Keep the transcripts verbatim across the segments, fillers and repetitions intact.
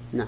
نعم.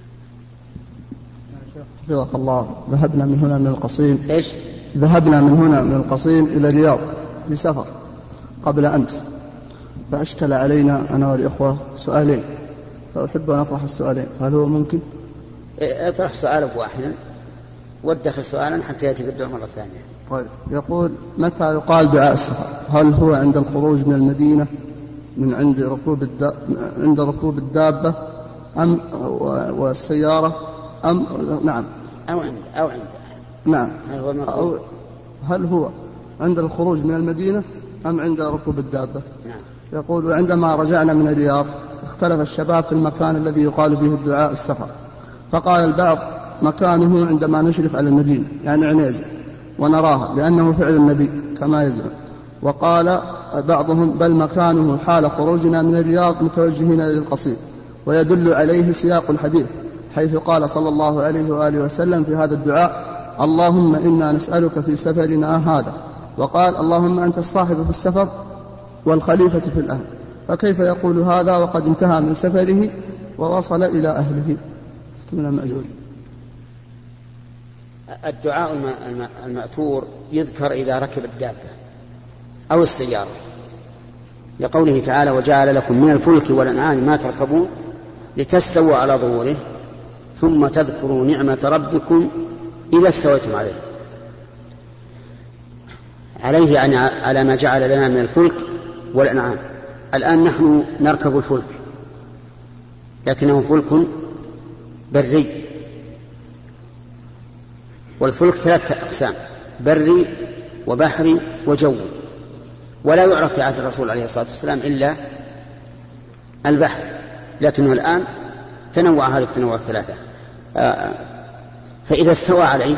حفظك الله، ذهبنا من هنا من القصيم إيش؟ ذهبنا من هنا من القصيم إلى الرياض بسفر قبل أمس، فأشكل علينا أنا والإخوة سؤالين، فأحب أن أطرح السؤالين، هل هو ممكن؟ اطرح سؤالك واحدا وادخل سؤالا حتى يأتي بالدور مرة ثانية. طيب، يقول: متى يقال دعاء السفر؟ هل هو عند الخروج من المدينة من عند ركوب الد... عند ركوب الدابة أم والسيارة أم نعم أو عند أو عند نعم هل هو أو هل هو عند الخروج من المدينة أم عند ركوب الدابة؟ نعم. يقول: وعندما رجعنا من الرياض اختلف الشباب في المكان الذي يقال به الدعاء السفر، فقال البعض مكانه عندما نشرف على المدينة يعني عنيزة ونراها لأنه فعل النبي كما يزعم، وقال بعضهم بل مكانه حال خروجنا من الرياض متوجهين للقصيم، ويدل عليه سياق الحديث حيث قال صلى الله عليه وآله وسلم في هذا الدعاء: اللهم إنا نسألك في سفرنا هذا، وقال: اللهم أنت الصاحب في السفر والخليفة في الأهل، فكيف يقول هذا وقد انتهى من سفره ووصل إلى أهله؟ افتمنا مأجور. الدعاء المأثور يذكر إذا ركب الدابة أو السيارة، لقوله تعالى: وجعل لكم من الفلك والأنعام ما تركبون لتستووا على ظهوره ثم تذكروا نعمة ربكم إذا استويتم عليه. عليه يعني على ما جعل لنا من الفلك والأنعام. الآن نحن نركب الفلك لكنه فلك بري، والفلك ثلاثة أقسام: بري وبحري وجوي، ولا يعرف في عهد الرسول عليه الصلاة والسلام إلا البحر، لكنه الآن تنوع هذه التنوع الثلاثة. فإذا استوى عليه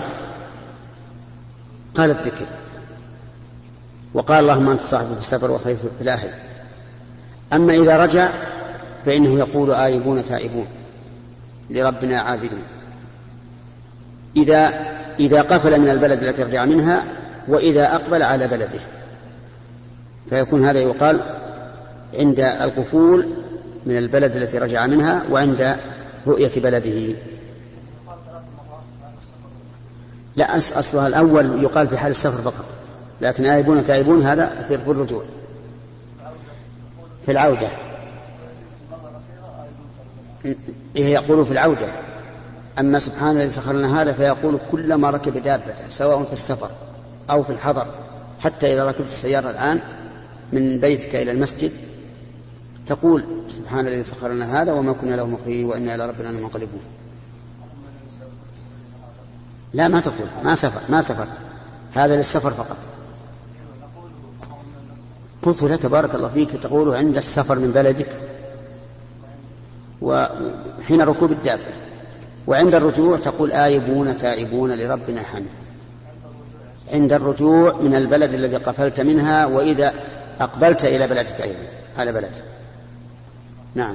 قال الذكر وقال: اللهم أنت صاحب في السفر وخليفة في الأهل. أما إذا رجع فإنه يقول: آيبون تائبون لربنا عابدون، إذا إذا قفل من البلد التي رجع منها وإذا أقبل على بلده، فيكون هذا يقال عند القفول من البلد التي رجع منها وعند رؤية بلده. لا، أصلها الأول يقال في حال السفر فقط، لكن آيبون تائبون هذا في الرجوع في العودة. يقول في العودة. أما سبحان الذي سخر لنا هذا فيقول كلما ركب دابته سواء في السفر أو في الحضر، حتى إذا ركبت السيارة الآن من بيتك إلى المسجد تقول سبحان الذي سخر لنا هذا وما كنا له مقرنين وإنا إلى ربنا لمنقلبون. لا، ما تقول ما سفر ما سفر هذا للسفر فقط. قلت لك بارك الله فيك تقول عند السفر من بلدك وحين ركوب الدابة، وعند الرجوع تقول آيبون تائبون لربنا حميد، عند الرجوع من البلد الذي قفلت منها وإذا أقبلت إلى بلدك أيضا على بلدك. نعم.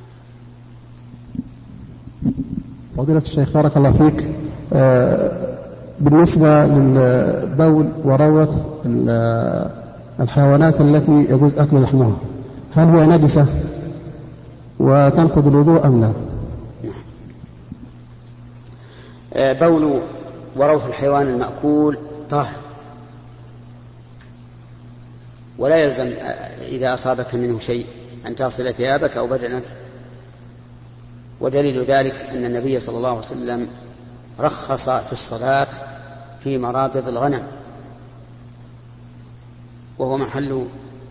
فضيلة الشيخ بارك الله فيك، آه بالنسبة للبول وروث الحيوانات التي يجوز أكل لحمها، هل هو نجسة وتنقض الوضوء أم لا؟ بول وروث الحيوان المأكول طاهر، ولا يلزم إذا أصابك منه شيء أن تغسل ثيابك أو بدنك. ودليل ذلك أن النبي صلى الله عليه وسلم رخص في الصلاة في مرابض الغنم، وهو محل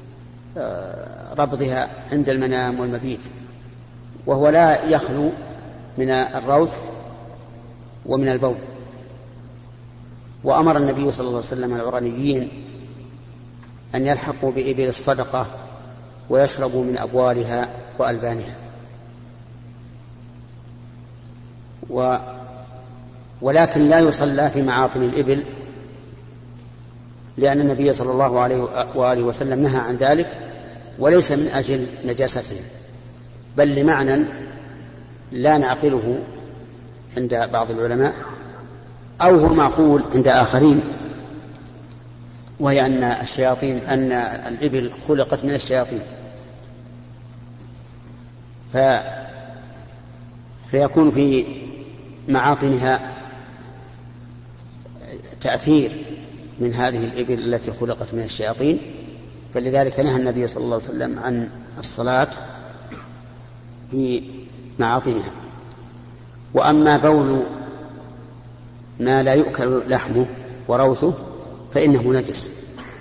ربضها عند المنام والمبيت، وهو لا يخلو من الروث ومن البول. وأمر النبي صلى الله عليه وسلم العرانيين أن يلحقوا بإبل الصدقة ويشربوا من أبوالها وألبانها. و ولكن لا يصلى في معاطن الإبل، لأن النبي صلى الله عليه وآله وسلم نهى عن ذلك، وليس من أجل نجاستهم بل لمعنى لا نعقله عند بعض العلماء أو هو معقول عند آخرين، وهي أن الشياطين أن الإبل خلقت من الشياطين، فيكون في معاطنها تأثير من هذه الإبل التي خلقت من الشياطين، فلذلك نهى النبي صلى الله عليه وسلم عن الصلاة في معاطنها. وأما بول ما لا يؤكل لحمه وروثه فإنه نجس،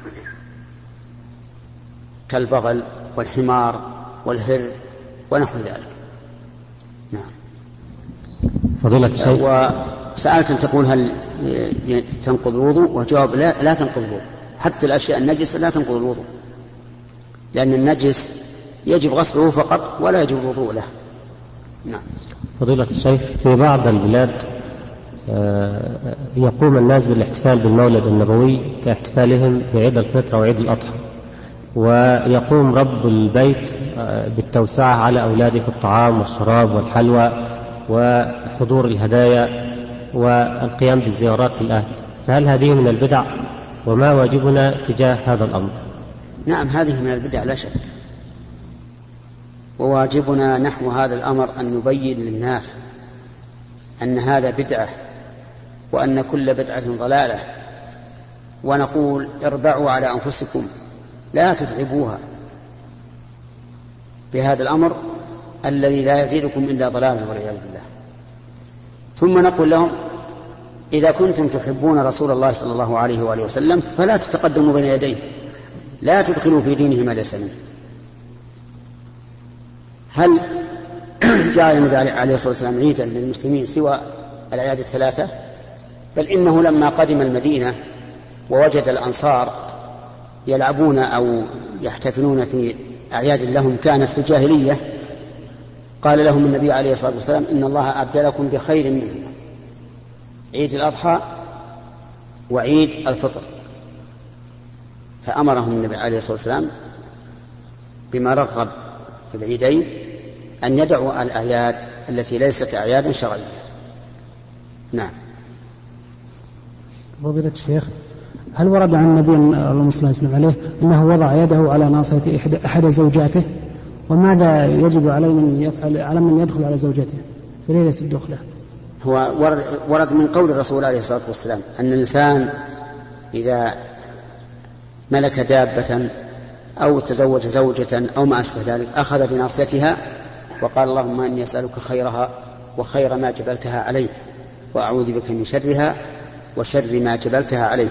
كالبغل والحمار والهر ونحو ذلك. نعم. فضيلة الشيخ، وسألت أن تقول هل تنقض الوضوء، وجواب لا, لا تنقض الوضوء. حتى الأشياء النجسة لا تنقض الوضوء، لأن النجس يجب غسله فقط ولا يجب الوضوء له. نعم. فضيلة الشيخ، في بعض البلاد يقوم الناس بالاحتفال بالمولد النبوي كاحتفالهم بعيد الفطر وعيد الأضحى، ويقوم رب البيت بالتوسعة على أولاده في الطعام والشراب والحلوى وحضور الهدايا والقيام بالزيارات للأهل، فهل هذه من البدع؟ وما واجبنا تجاه هذا الأمر؟ نعم، هذه من البدع لا شك، وواجبنا نحو هذا الأمر أن نبين للناس أن هذا بدعة، وأن كل بدعة ضلالة، ونقول اربعوا على أنفسكم لا تتعبوها بهذا الأمر الذي لا يزيدكم إلا ضلالا والعياذ بالله. ثم نقول لهم إذا كنتم تحبون رسول الله صلى الله عليه وآله وسلم فلا تتقدموا بين يديه، لا تدخلوا في دينه ما ليس منه. هل جعل النبي عليه الصلاة والسلام عيدا للمسلمين سوى الأعياد الثلاثة؟ بل إنه لما قدم المدينة ووجد الأنصار يلعبون أو يحتفلون في أعياد لهم كانت في الجاهلية، قال لهم النبي عليه الصلاة والسلام إن الله أبدلكم بخير منهما، عيد الأضحى وعيد الفطر. فأمرهم النبي عليه الصلاة والسلام بما رغب في العيدين أن يدعوا الأعياد التي ليست أعيادا شرعية. نعم. فضيلة الشيخ، هل ورد عن النبي اللهم صل وسلم عليه أنه وضع يده على ناصية أحد زوجاته؟ وماذا يجب عليه من يفعل على من يدخل على زوجته في ليلة الدخلة؟ هو ورد, ورد من قول الرسول عليه الصلاة والسلام أن الإنسان إذا ملك دابة أو تزوج زوجة أو ما أشبه ذلك أخذ بناصيتها وقال اللهم إني أسألك خيرها وخير ما جبلتها عليه، وأعوذ بك من شرها وشر ما جبلتها عليه.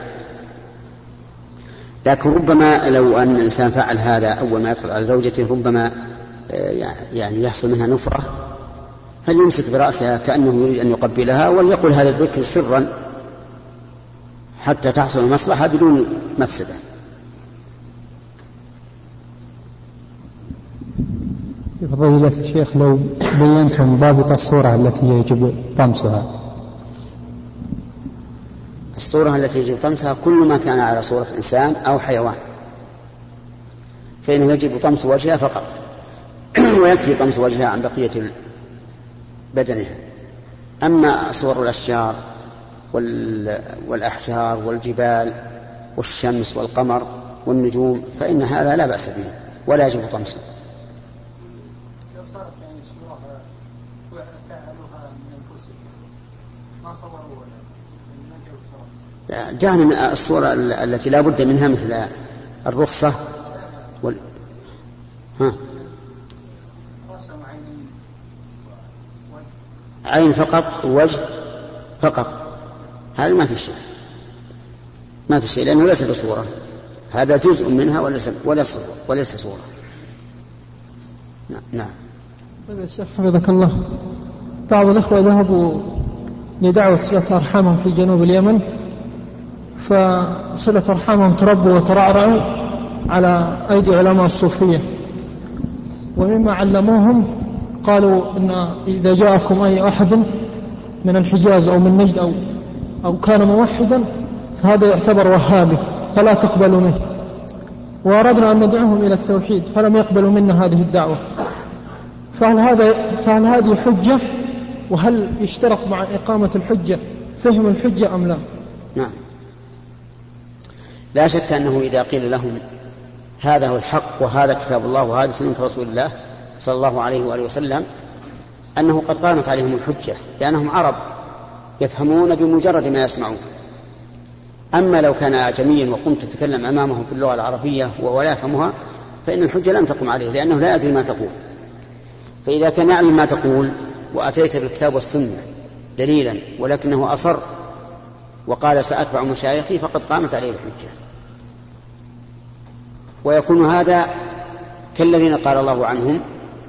لكن ربما لو أن الإنسان فعل هذا أول ما يدخل على زوجته ربما يعني يحصل منها نفرة، فليمسك برأسها كأنه يريد أن يقبلها وليقل هذا الذكر سرا حتى تحصل المصلحة بدون مفسدة. فضيلة الشيخ، لو بينتم ضابط الصورة التي يجب طمسها. الصورة التي يجب طمسها كل ما كان على صورة إنسان أو حيوان فإنه يجب طمس وجهها فقط ويكفي طمس وجهها عن بقية بدنها. أما صور الأشجار والأحجار والجبال والشمس والقمر والنجوم فإن هذا لا بأس به ولا يجب طمسه. جاءنا من الصورة التي لا بد منها مثل الرخصة وال... ها. عين فقط وجه فقط، هذا ما في شيء ما في شيء لأنه ليس بصورة، هذا جزء منها وليس وليس وليس صورة. نعم. طيب يا شيخ حفظك الله، بعض الأخوة ذهبوا لدعوة صلة أرحامهم في جنوب اليمن، فصلة أرحامهم تربوا وترعرعوا على أيدي علماء الصوفية، ومما علموهم قالوا إن إذا جاءكم أي أحد من الحجاز أو من نجد أو, أو كان موحدا فهذا يعتبر وهابي فلا تقبلوا منه، وأردنا أن ندعوهم إلى التوحيد فلم يقبلوا منا هذه الدعوة، فهل, هذا فهل هذه حجة؟ وهل يشترط مع إقامة الحجة فهم الحجة أم لا؟ نعم، لا شك أنه إذا قيل لهم هذا هو الحق وهذا كتاب الله وهذا سنة رسول الله صلى الله عليه وآله وسلم أنه قد قامت عليهم الحجة لأنهم عرب يفهمون بمجرد ما يسمعون. أما لو كان أعجميا وقمت تتكلم أمامه باللغة العربية وهو لا يفهمها فإن الحجة لم تقم عليه لأنه لا يدري ما تقول. فإذا كان يعلم ما تقول وأتيت بالكتاب والسنة دليلا ولكنه أصر وقال سأتبع مشايخي فقد قامت عليه الحجة. ويكون هذا كالذين قال الله عنهم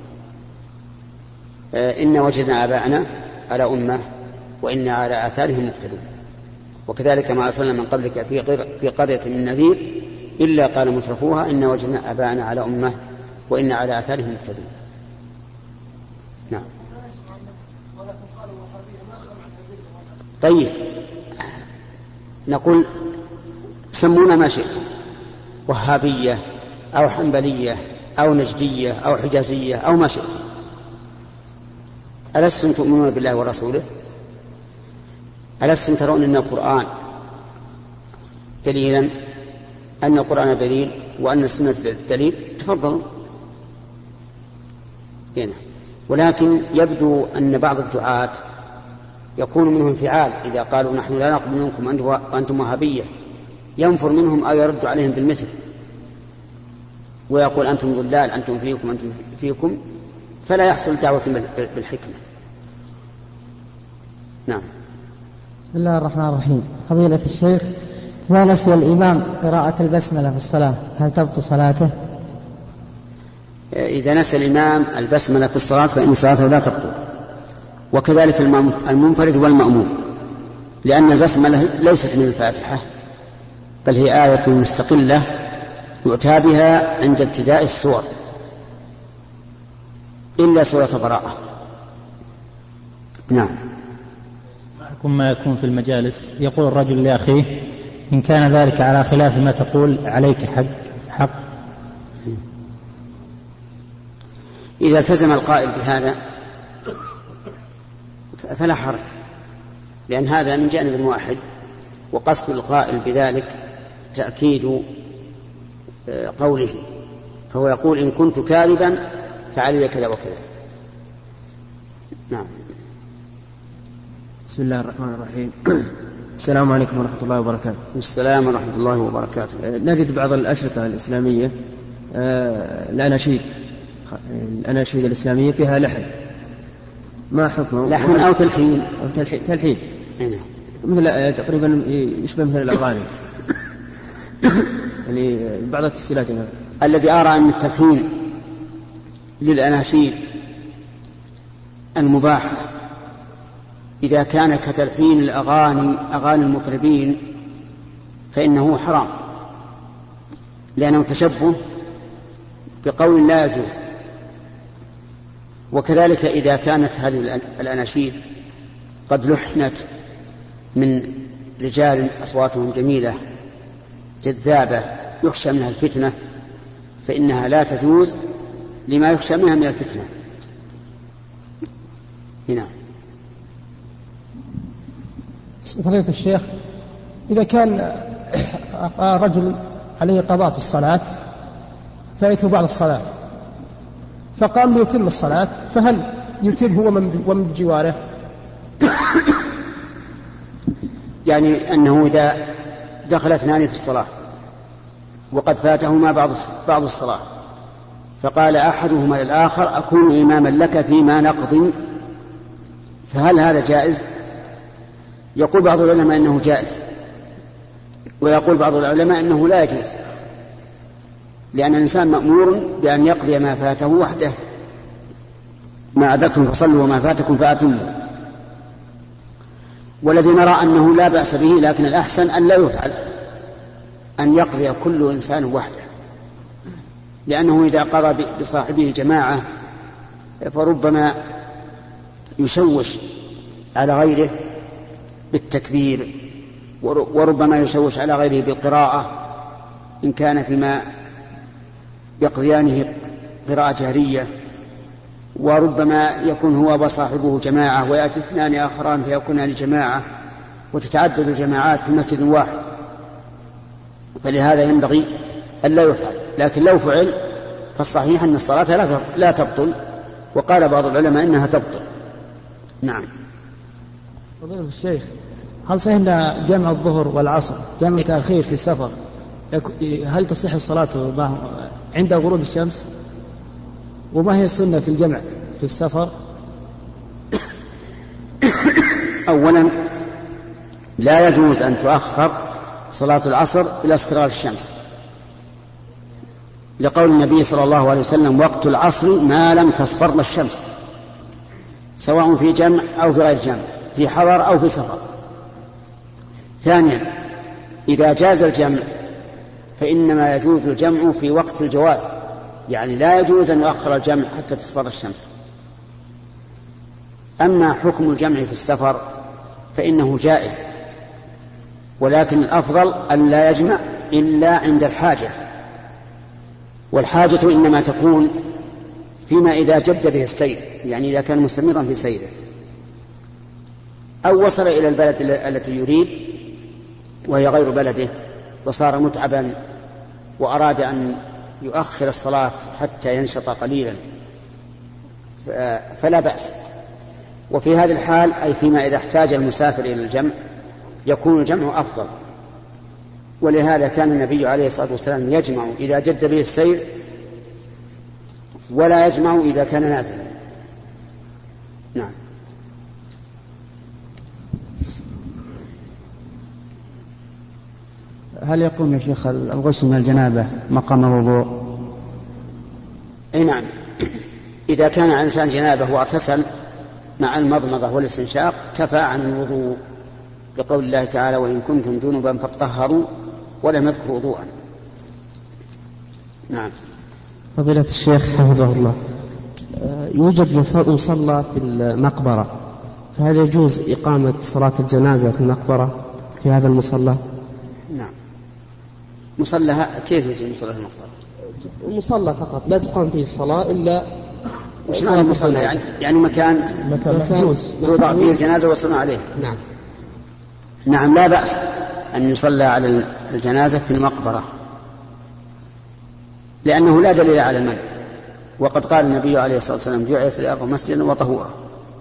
إن وجدنا آباءنا على أمة وإنا على آثارهم مقتدون. وكذلك ما أرسلنا من قبلك في قرية من نذير إلا قال مترفوها إن وجدنا آباءنا على أمة وإنا على آثارهم مقتدون. نعم. طيب نقول سمونا ما شئتم، وهابية أو حنبلية أو نجدية أو حجازية أو ما شئتم، ألستم تؤمنون بالله ورسوله؟ ألستم ترون أن القرآن دليلا، أن القرآن دليل وأن السنة دليل؟ تفضلوا. هنا. ولكن يبدو أن بعض الدعاة يكون منهم انفعال إذا قالوا نحن لا نقبل منكم وأنتم وهابية، ينفر منهم أو يرد عليهم بالمثل ويقول أنتم ضلال أنتم فيكم أنتم فيكم، فلا يحصل دعوة بالحكمة. نعم. بسم الله الرحمن الرحيم. فضيلة الشيخ، إذا نسي الإمام قراءة البسملة في الصلاة هل تبطل صلاته؟ إذا نسي الإمام البسملة في الصلاة فإن صلاته لا تبطل، وكذلك المنفرد والمأموم، لأن البسملة ليست من الفاتحة بل هي آية مستقلة يؤتى بها عند ابتداء السور إلا سورة براءة. نعم. معكم ما يكون في المجالس يقول الرجل لأخيه إن كان ذلك على خلاف ما تقول عليك حق حق إذا التزم القائل بهذا فلا حرج، لأن هذا من جانب واحد، وقصد القائل بذلك تأكيد قوله، فهو يقول إن كنت كاذبا فعلي كذا وكذا. نعم. بسم الله الرحمن الرحيم. السلام عليكم ورحمة الله وبركاته. السلام ورحمة الله وبركاته. نجد بعض الأشرطة الإسلامية الأناشيد الأناشيد الإسلامية فيها لحن، ما حكمه؟ لحن أو تلحين؟ أو تلحين, تلحين. هنا. مثل تقريبا يشبه مثل الأغاني يعني بعض التسجيلات. الذي أرى أن التلحين للأناشيد المباحة إذا كان كتلحين الأغاني أغاني المطربين فإنه حرام، لأنه تشبه بقول لا يجوز. وكذلك إذا كانت هذه الأناشيد قد لحنت من رجال أصواتهم جميلة جذابة يخشى منها الفتنة فإنها لا تجوز لما يخشى منها من الفتنة. هنا. فضيلة الشيخ، إذا كان رجل عليه قضاء في الصلاة فأتوا بعد الصلاة فقام ليتم الصلاة، فهل يتم هو ومن بجواره؟ يعني أنه إذا دخل اثنان في الصلاة وقد فاتهما بعض بعض الصلاة فقال أحدهما للآخر أكون إماما لك فيما نقضي، فهل هذا جائز؟ يقول بعض العلماء أنه جائز، ويقول بعض العلماء أنه لا يجوز، لأن الإنسان مأمور بأن يقضي ما فاته وحده، ما أدركتم فصلوا وما فاتكم فأتموا. والذي نرى أنه لا بأس به، لكن الأحسن أن لا يفعل، أن يقضي كل إنسان وحده، لأنه إذا قضى بصاحبه جماعة فربما يشوش على غيره بالتكبير، وربما يشوش على غيره بالقراءة إن كان فيما يقضيانه قراءة جهرية، وربما يكون هو وصاحبه جماعة ويأتي اثنان آخران فيكونان جماعة وتتعدد الجماعات في مسجد واحد، فلهذا ينبغي أن لا يفعل. لكن لو فعل فالصحيح أن الصلاة لا تبطل، وقال بعض العلماء إنها تبطل. نعم. فضيلة الشيخ، هل صحيح أن جمع الظهر والعصر جمع تأخير في السفر هل تصح الصلاة عند غروب الشمس؟ وما هي السنة في الجمع في السفر؟ أولا لا يجوز أن تؤخر صلاة العصر إلى اصفرار الشمس، لقول النبي صلى الله عليه وسلم: وقت العصر ما لم تصفر الشمس، سواء في جمع أو في غير جمع، في حضر أو في سفر. ثانيا إذا جاز الجمع فإنما يجوز الجمع في وقت الجواز، يعني لا يجوز أن يؤخر الجمع حتى تصفر الشمس. أما حكم الجمع في السفر فإنه جائز، ولكن الأفضل أن لا يجمع إلا عند الحاجة، والحاجة إنما تكون فيما إذا جد به السير، يعني إذا كان مستمرا في سيره أو وصل إلى البلد التي يريد وهي غير بلده وصار متعبا وأراد أن يؤخر الصلاة حتى ينشط قليلا فلا بأس. وفي هذه الحال أي فيما إذا احتاج المسافر إلى الجمع يكون الجمع أفضل، ولهذا كان النبي عليه الصلاة والسلام يجمع إذا جد به السير ولا يجمع إذا كان نازلا. نعم. هل يقوم يا شيخ الغسل من الجنابة مقام الوضوء؟ أي نعم، إذا كان إنسان جنابه واغتسل مع المضمضة والاستنشاق كفى عن الوضوء، لقول الله تعالى: وإن كنتم جنبا فاطهروا، ولم يذكر وضوءا. نعم. فضيلة الشيخ حفظه الله، يوجد مصلى في المقبرة، فهل يجوز إقامة صلاة الجنازة في المقبرة في هذا المصلى؟ نعم. مصلى كيف يجي مصلى في المقبرة؟ مصلى فقط لا تقام فيه الصلاة إلا وش معنى المصلى؟ يعني, يعني مكان مكان محجوز يوضع فيه الجنازة ويصلون عليه. نعم. نعم، لا بأس أن يصلى على الجنازة في المقبرة، لأنه لا دليل على المنع، وقد قال النبي عليه الصلاة والسلام: جعلت الأرض مسجدا وطهورا.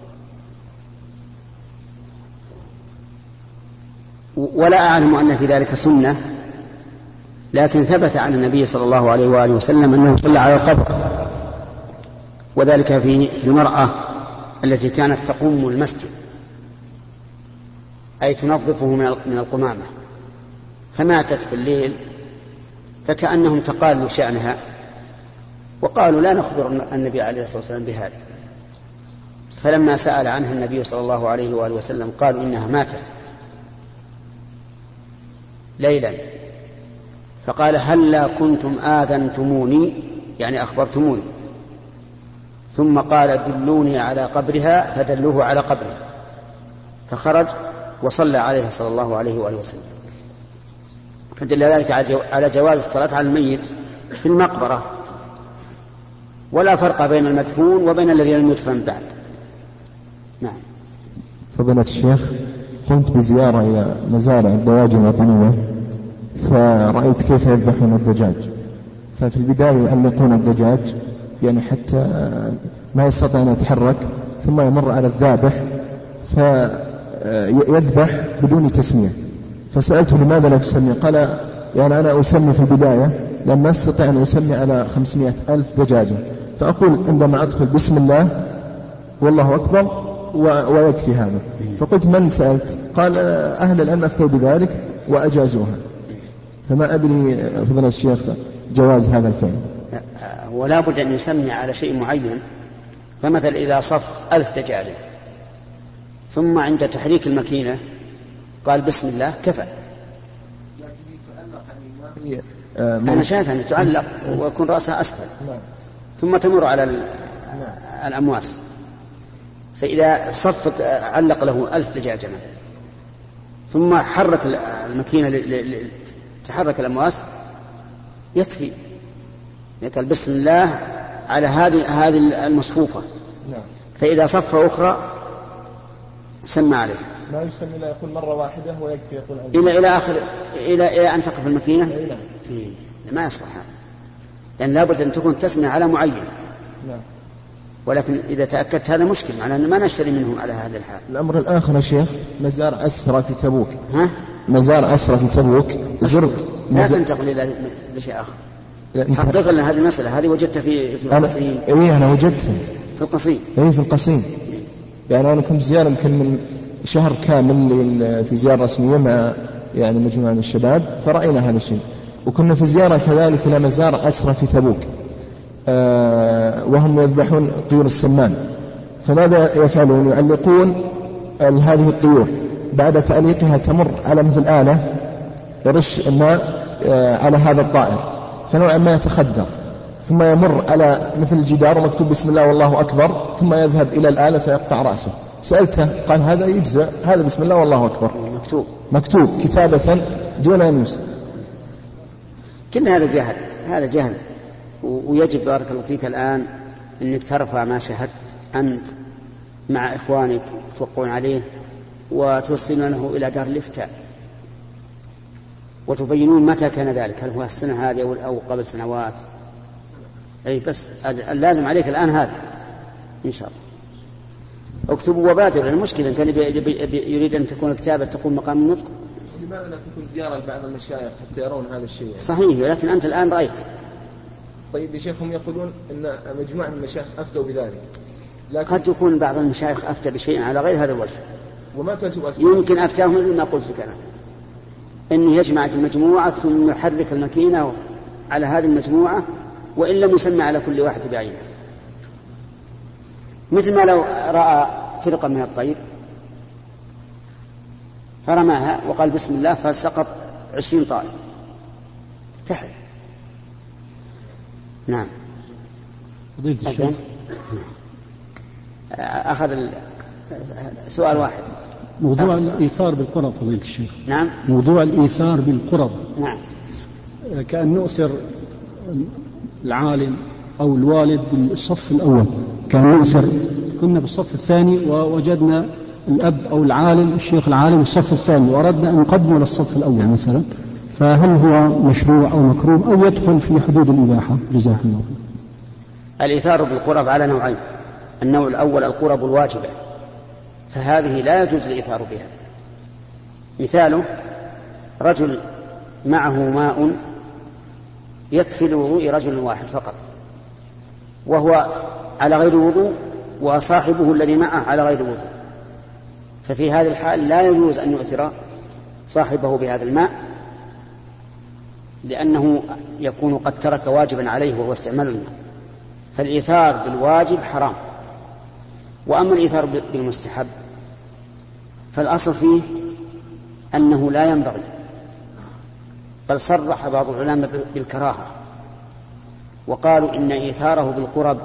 ولا أعلم أن في ذلك سنة، لكن ثبت عن النبي صلى الله عليه وآله وسلم أنه صلى على القبر، وذلك في في المرأة التي كانت تقوم المسجد، أي تنظفه من القمامة، فماتت في الليل، فكأنهم تقالوا شأنها وقالوا: لا نخبر النبي عليه الصلاة والسلام بهذا. فلما سأل عنها النبي صلى الله عليه وآله وسلم قالوا: إنها ماتت ليلا. فقال: هلا كنتم آذنتموني، يعني أخبرتموني. ثم قال: دلوني على قبرها، فدلوه على قبرها، فخرج وصلى عليها صلى الله عليه وآله وسلم. فدل ذلك على جواز الصلاة على الميت في المقبرة، ولا فرق بين المدفون وبين الذي لم يدفن بعد. نعم. فضيلة الشيخ، قمت بزيارة إلى مزارع الدواجن الوطنية، فرأيت كيف يذبحون الدجاج. ففي البداية يعلقون الدجاج يعني حتى ما يستطيع أن يتحرك، ثم يمر على الذابح فيذبح بدون تسمية. فسألته: لماذا لا تسمي؟ قال: يعني أنا أسمي في البداية لأن ما أستطيع أن أسمي على خمسمائة ألف دجاجة، فأقول عندما أدخل بسم الله والله أكبر ويكفي هذا. فقلت: من سألت؟ قال: أهل العلم أفتوا بذلك وأجازوها. فما أدري فضيلة الشيخ جواز هذا الفعل. ولا بد أن يسمي على شيء معين، فمثل إذا صف ألف دجاجة ثم عند تحريك الماكينة قال بسم الله كفى. أنا شايف أن تعلق ويكون رأسها أسفل ثم تمر على الأمواس، فإذا صفت علق له ألف دجاجة مثلا ثم حرك الماكينة تحرك الأمواس يكفي، يقول بسم الله على هذه هذه المصفوفة. فإذا صف أخرى سمى عليه، ما يسمى لا يقول مرة واحدة ويكفي يقول إلى إلى آخر إلى إلى أن تقف الماكينة. ما يصلح هذا، لأن لابد أن تكون تسمى على معين. نعم. ولكن إذا تأكدت هذا مشكل، معناه أن ما نشتري منهم على هذا الحال. الأمر الآخر يا شيخ، مزار أسرى في تبوك. ها؟ مزار أسرى في تبوك زرت لا تنتقل إلى شيء آخر. حقق لنا هذه المسألة، هذه وجدتها في في القصيم. إيه أنا وجدتها في القصيم. إيه في القصيم. يعني أنا كنت زيارة يمكن من شهر كامل في زيارة رسمية مع يعني مجموعة من الشباب، فرأينا هذا الشيء. وكنا في زيارة كذلك إلى مزار أسرى في تبوك، آه وهم يذبحون طيور السمان. فماذا يفعلون؟ يعلقون هذه الطيور، بعد تعليقها تمر على مثل آلة يرش الماء آه على هذا الطائر، فنوعا ما يتخدر، ثم يمر على مثل الجدار ومكتوب بسم الله والله أكبر، ثم يذهب إلى الآلة فيقطع رأسه. سألته قال هذا يجزى، هذا بسم الله والله أكبر مكتوب مكتوب كتابة دون أن يوصل. كل هذا جهل، هذا جهل. ويجب بارك الله فيك الآن أنك ترفع ما شاهدت أنت مع إخوانك توقعون عليه وتوصلونه إلى دار الإفتاء وتبينون متى كان ذلك، هل هو السنة هذه أو قبل سنوات. أي بس اللازم عليك الآن هذا إن شاء الله. اكتبوا وبادروا. المشكلة كان يريد أن تكون كتابة تقوم مقام النطق. لماذا لا تكون زيارة لبعض المشايخ حتى يرون هذا الشيء؟ صحيح، ولكن أنت الآن رأيت. طيب يا شيخ، هم يقولون أن مجموعة من المشايخ أفتوا بذلك، لكن قد يكون بعض المشايخ أفتى بشيء على غير هذا الوجه، وما كتب أسماء. يمكن أفتاهم مثل ما قلت لك أنا، أنه يجمع المجموعة ثم يحرك الماكينة على هذه المجموعة، وإن لم يسمى على كل واحد بعينه. مثل ما لو رأى فرقة من الطير فرماها وقال بسم الله فسقط عشرين طائر تحت. نعم. فضيلة الشيخ أخذ سؤال واحد. موضوع الإيثار بالقرب فضيلة الشيخ. نعم. موضوع الإيثار بالقرب. نعم. كأن نؤثر العالم أو الوالد بالصف الأول، كأن نؤثر كنا بالصف الثاني ووجدنا الأب أو العالم الشيخ العالم الصف الثاني وأردنا أن نقدمه للصف الأول مثلا، فهل هو مشروع أو مكروه أو يدخل في حدود الإباحة؟ جزاك الله. الإيثار بالقرب على نوعين. النوع الأول القرب الواجبة، فهذه لا يجوز الإيثار بها. مثاله رجل معه ماء يكفي لوضوء رجل واحد فقط، وهو على غير وضوء وصاحبه الذي معه على غير وضوء، ففي هذه الحال لا يجوز أن يؤثر صاحبه بهذا الماء، لأنه يكون قد ترك واجبا عليه وهو استعمال الماء. فالإيثار بالواجب حرام. وأما الإيثار بالمستحب فالأصل فيه أنه لا ينبغي، بل صرح بعض العلماء بالكراهة وقالوا إن إيثاره بالقرب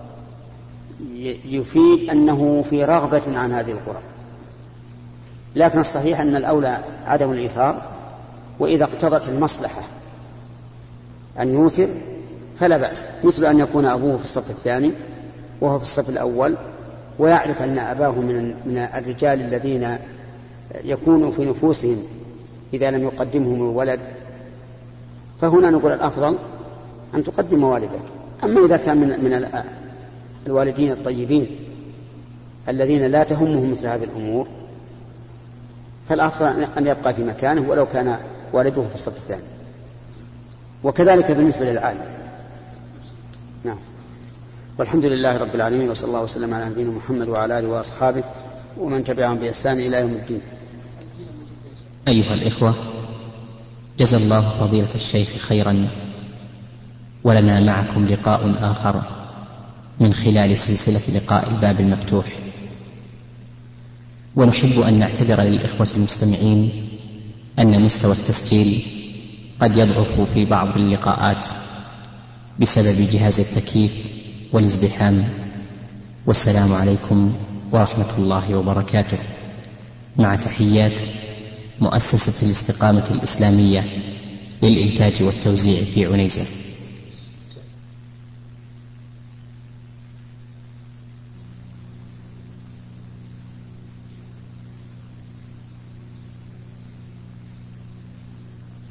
يفيد أنه في رغبة عن هذه القرب، لكن الصحيح أن الأولى عدم الإيثار، وإذا اقتضت المصلحة أن يوثر فلا بأس، مثل أن يكون أبوه في الصف الثاني وهو في الصف الأول ويعرف أن أباه من من الرجال الذين يكون في نفوسهم إذا لم يقدمهم الولد، فهنا نقول الأفضل أن تقدم والدك. أما إذا كان من من الوالدين الطيبين الذين لا تهمهم مثل هذه الأمور فالأفضل أن يبقى في مكانه ولو كان والده في الصف الثاني، وكذلك بالنسبة للعالم. نعم. والحمد لله رب العالمين، وصلى الله وسلم على نبينا محمد وعلى آله وأصحابه ومن تبعهم بإحسان إلى يوم الدين. أيها الإخوة، جزا الله فضيلة الشيخ خيرا، ولنا معكم لقاء آخر من خلال سلسلة لقاء الباب المفتوح، ونحب أن نعتذر للإخوة المستمعين أن مستوى التسجيل قد يضعف في بعض اللقاءات بسبب جهاز التكييف والازدحام. والسلام عليكم ورحمة الله وبركاته، مع تحيات مؤسسة الاستقامة الإسلامية للإنتاج والتوزيع في عنيزة.